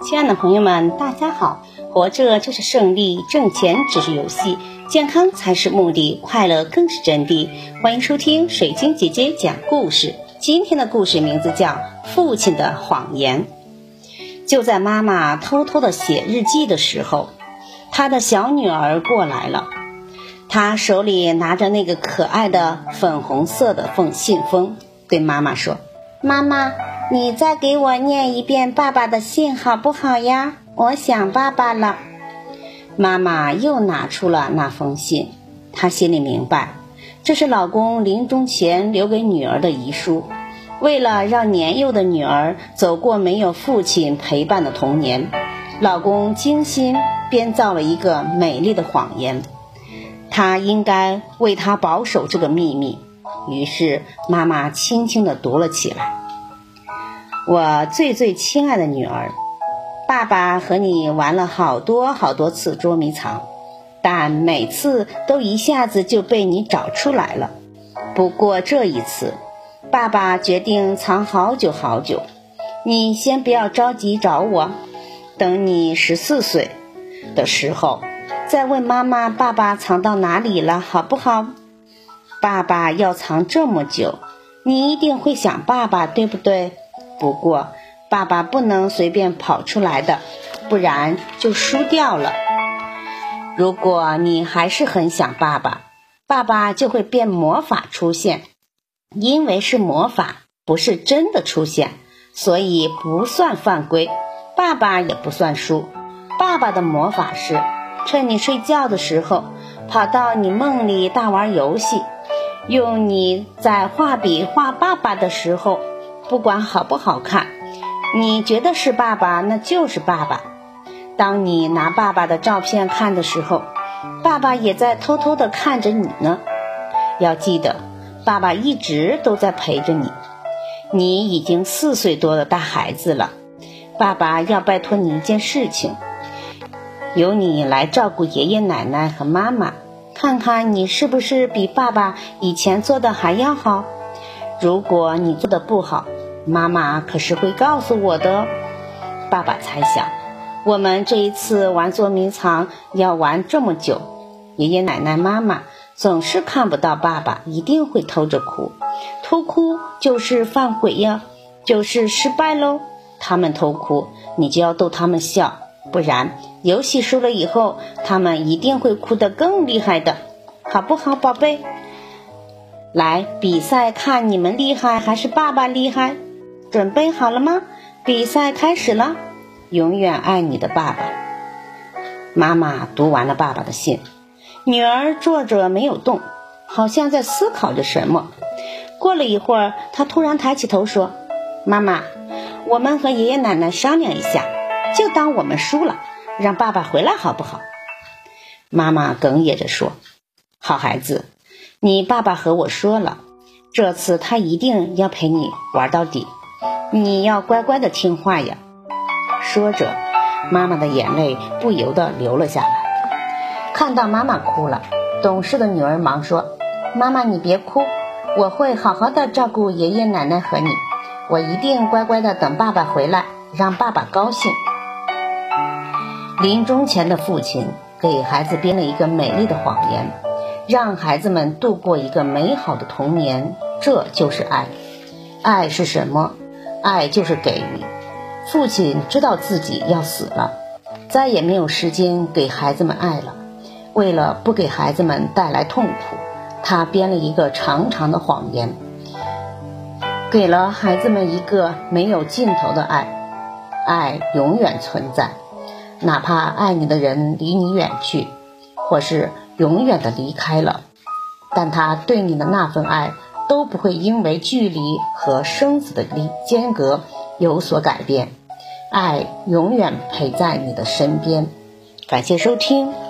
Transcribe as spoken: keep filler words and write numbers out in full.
亲爱的朋友们，大家好！活着就是胜利，挣钱只是游戏，健康才是目的，快乐更是真谛。欢迎收听水晶姐姐讲故事。今天的故事名字叫《父亲的谎言》。就在妈妈偷偷的写日记的时候，她的小女儿过来了。她手里拿着那个可爱的粉红色的封信封，对妈妈说：妈妈，你再给我念一遍爸爸的信好不好呀？我想爸爸了。妈妈又拿出了那封信，她心里明白，这是老公临终前留给女儿的遗书。为了让年幼的女儿走过没有父亲陪伴的童年，老公精心编造了一个美丽的谎言，他应该为她保守这个秘密。于是妈妈轻轻地读了起来：我最最亲爱的女儿，爸爸和你玩了好多好多次捉迷藏，但每次都一下子就被你找出来了。不过这一次，爸爸决定藏好久好久，你先不要着急找我，等你十四岁的时候再问妈妈爸爸藏到哪里了，好不好？爸爸要藏这么久，你一定会想爸爸，对不对？不过爸爸不能随便跑出来的，不然就输掉了。如果你还是很想爸爸，爸爸就会变魔法出现，因为是魔法，不是真的出现，所以不算犯规，爸爸也不算输。爸爸的魔法是趁你睡觉的时候跑到你梦里大玩游戏，用你在画笔画爸爸的时候，不管好不好看，你觉得是爸爸，那就是爸爸。当你拿爸爸的照片看的时候，爸爸也在偷偷地看着你呢。要记得，爸爸一直都在陪着你。你已经四岁多的大孩子了，爸爸要拜托你一件事情，由你来照顾爷爷奶奶和妈妈，看看你是不是比爸爸以前做的还要好。如果你做的不好，妈妈可是会告诉我的。爸爸猜想，我们这一次玩捉迷藏要玩这么久，爷爷奶奶妈妈总是看不到爸爸，一定会偷着哭。偷哭就是犯规呀，就是失败喽。他们偷哭，你就要逗他们笑，不然游戏输了以后，他们一定会哭得更厉害的，好不好，宝贝？来比赛，看你们厉害还是爸爸厉害？准备好了吗？比赛开始了。永远爱你的爸爸。妈妈读完了爸爸的信，女儿坐着没有动，好像在思考着什么。过了一会儿，她突然抬起头说：妈妈，我们和爷爷奶奶商量一下，就当我们输了，让爸爸回来好不好？妈妈哽咽着说：好孩子，你爸爸和我说了，这次他一定要陪你玩到底，你要乖乖的听话呀。说着，妈妈的眼泪不由得流了下来。看到妈妈哭了，懂事的女儿忙说：妈妈你别哭，我会好好的照顾爷爷奶奶和你，我一定乖乖的等爸爸回来，让爸爸高兴。临终前的父亲给孩子编了一个美丽的谎言，让孩子们度过一个美好的童年，这就是爱。爱是什么？爱就是给予。父亲知道自己要死了，再也没有时间给孩子们爱了。为了不给孩子们带来痛苦，他编了一个长长的谎言，给了孩子们一个没有尽头的爱。爱永远存在，哪怕爱你的人离你远去，或是永远的离开了，但他对你的那份爱都不会因为距离和生死的间隔有所改变。爱永远陪在你的身边。感谢收听，